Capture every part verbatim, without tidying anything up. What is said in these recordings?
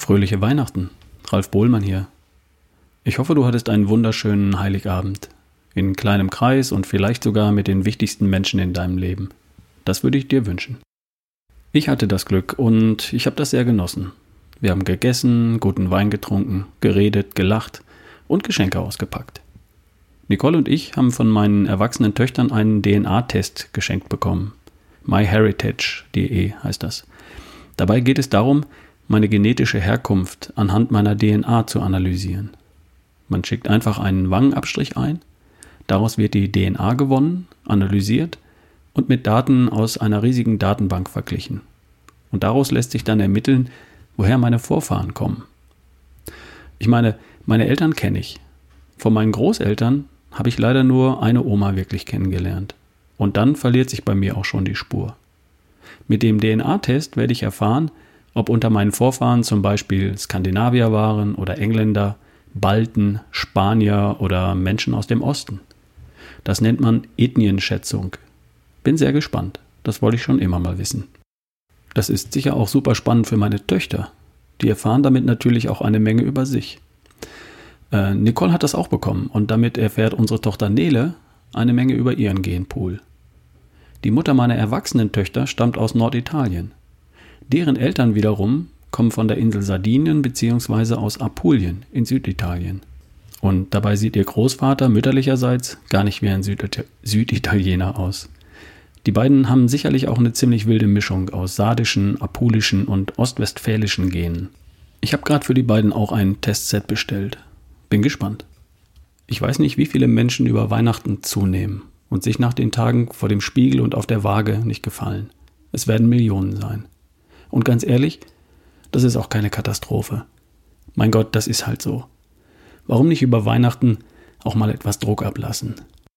Fröhliche Weihnachten, Ralf Bohlmann hier. Ich hoffe, du hattest einen wunderschönen Heiligabend. In kleinem Kreis und vielleicht sogar mit den wichtigsten Menschen in deinem Leben. Das würde ich dir wünschen. Ich hatte das Glück und ich habe das sehr genossen. Wir haben gegessen, guten Wein getrunken, geredet, gelacht und Geschenke ausgepackt. Nicole und ich haben von meinen erwachsenen Töchtern einen D N A-Test geschenkt bekommen. my heritage punkt de heißt das. Dabei geht es darum, meine genetische Herkunft anhand meiner D N A zu analysieren. Man schickt einfach einen Wangenabstrich ein, daraus wird die D N A gewonnen, analysiert und mit Daten aus einer riesigen Datenbank verglichen. Und daraus lässt sich dann ermitteln, woher meine Vorfahren kommen. Ich meine, meine Eltern kenne ich. Von meinen Großeltern habe ich leider nur eine Oma wirklich kennengelernt. Und dann verliert sich bei mir auch schon die Spur. Mit dem D N A-Test werde ich erfahren, ob unter meinen Vorfahren zum Beispiel Skandinavier waren oder Engländer, Balten, Spanier oder Menschen aus dem Osten. Das nennt man Ethnienschätzung. Bin sehr gespannt. Das wollte ich schon immer mal wissen. Das ist sicher auch super spannend für meine Töchter. Die erfahren damit natürlich auch eine Menge über sich. Äh, Nicole hat das auch bekommen und damit erfährt unsere Tochter Nele eine Menge über ihren Genpool. Die Mutter meiner erwachsenen Töchter stammt aus Norditalien. Deren Eltern wiederum kommen von der Insel Sardinien bzw. aus Apulien in Süditalien. Und dabei sieht ihr Großvater mütterlicherseits gar nicht wie ein Südita- Süditaliener aus. Die beiden haben sicherlich auch eine ziemlich wilde Mischung aus sardischen, apulischen und ostwestfälischen Genen. Ich habe gerade für die beiden auch ein Testset bestellt. Bin gespannt. Ich weiß nicht, wie viele Menschen über Weihnachten zunehmen und sich nach den Tagen vor dem Spiegel und auf der Waage nicht gefallen. Es werden Millionen sein. Und ganz ehrlich, das ist auch keine Katastrophe. Mein Gott, das ist halt so. Warum nicht über Weihnachten auch mal etwas Druck ablassen?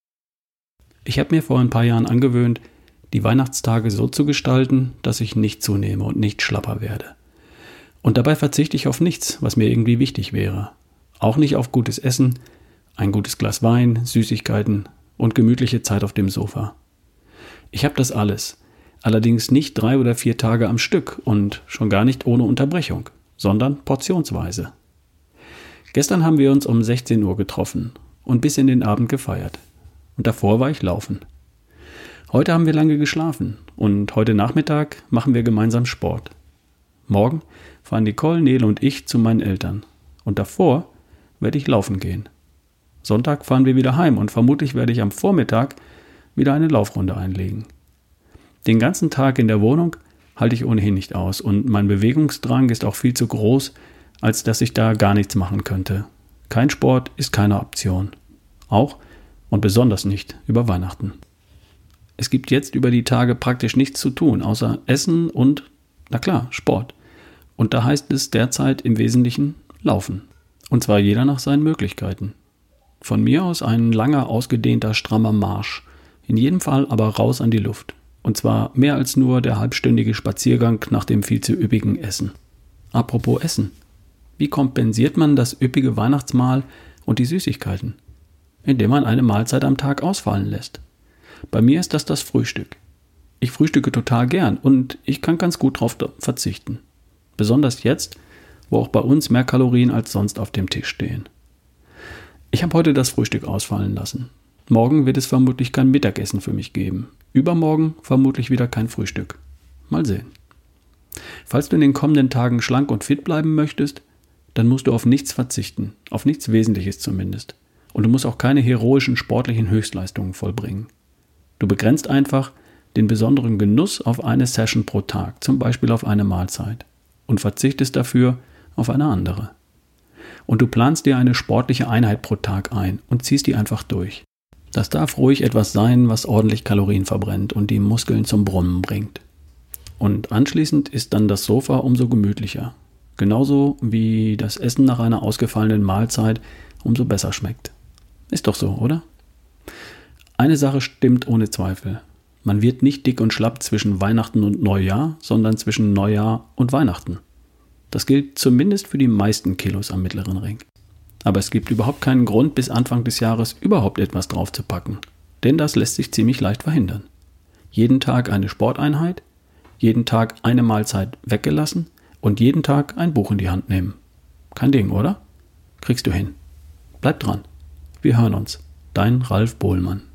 Ich habe mir vor ein paar Jahren angewöhnt, die Weihnachtstage so zu gestalten, dass ich nicht zunehme und nicht schlapper werde. Und dabei verzichte ich auf nichts, was mir irgendwie wichtig wäre. Auch nicht auf gutes Essen, ein gutes Glas Wein, Süßigkeiten und gemütliche Zeit auf dem Sofa. Ich habe das alles, allerdings nicht drei oder vier Tage am Stück und schon gar nicht ohne Unterbrechung, sondern portionsweise. Gestern haben wir uns um sechzehn Uhr getroffen und bis in den Abend gefeiert. Und davor war ich laufen. Heute haben wir lange geschlafen und heute Nachmittag machen wir gemeinsam Sport. Morgen fahren Nicole, Nele und ich zu meinen Eltern. Und davor werde ich laufen gehen. Sonntag fahren wir wieder heim und vermutlich werde ich am Vormittag wieder eine Laufrunde einlegen. Den ganzen Tag in der Wohnung halte ich ohnehin nicht aus und mein Bewegungsdrang ist auch viel zu groß, als dass ich da gar nichts machen könnte. Kein Sport ist keine Option. Auch und besonders nicht über Weihnachten. Es gibt jetzt über die Tage praktisch nichts zu tun, außer Essen und, na klar, Sport. Und da heißt es derzeit im Wesentlichen Laufen. Und zwar jeder nach seinen Möglichkeiten. Von mir aus ein langer, ausgedehnter, strammer Marsch. In jedem Fall aber raus an die Luft. Und zwar mehr als nur der halbstündige Spaziergang nach dem viel zu üppigen Essen. Apropos Essen. Wie kompensiert man das üppige Weihnachtsmahl und die Süßigkeiten? Indem man eine Mahlzeit am Tag ausfallen lässt. Bei mir ist das das Frühstück. Ich frühstücke total gern und ich kann ganz gut drauf verzichten. Besonders jetzt, wo auch bei uns mehr Kalorien als sonst auf dem Tisch stehen. Ich habe heute das Frühstück ausfallen lassen. Morgen wird es vermutlich kein Mittagessen für mich geben. Übermorgen vermutlich wieder kein Frühstück. Mal sehen. Falls du in den kommenden Tagen schlank und fit bleiben möchtest, dann musst du auf nichts verzichten. Auf nichts Wesentliches zumindest. Und du musst auch keine heroischen sportlichen Höchstleistungen vollbringen. Du begrenzt einfach den besonderen Genuss auf eine Session pro Tag, zum Beispiel auf eine Mahlzeit, und verzichtest dafür auf eine andere. Und du planst dir eine sportliche Einheit pro Tag ein und ziehst die einfach durch. Das darf ruhig etwas sein, was ordentlich Kalorien verbrennt und die Muskeln zum Brummen bringt. Und anschließend ist dann das Sofa umso gemütlicher. Genauso wie das Essen nach einer ausgefallenen Mahlzeit umso besser schmeckt. Ist doch so, oder? Eine Sache stimmt ohne Zweifel. Man wird nicht dick und schlapp zwischen Weihnachten und Neujahr, sondern zwischen Neujahr und Weihnachten. Das gilt zumindest für die meisten Kilos am mittleren Ring. Aber es gibt überhaupt keinen Grund, bis Anfang des Jahres überhaupt etwas draufzupacken. Denn das lässt sich ziemlich leicht verhindern. Jeden Tag eine Sporteinheit, jeden Tag eine Mahlzeit weggelassen und jeden Tag ein Buch in die Hand nehmen. Kein Ding, oder? Kriegst du hin. Bleib dran. Wir hören uns. Dein Ralf Bohlmann.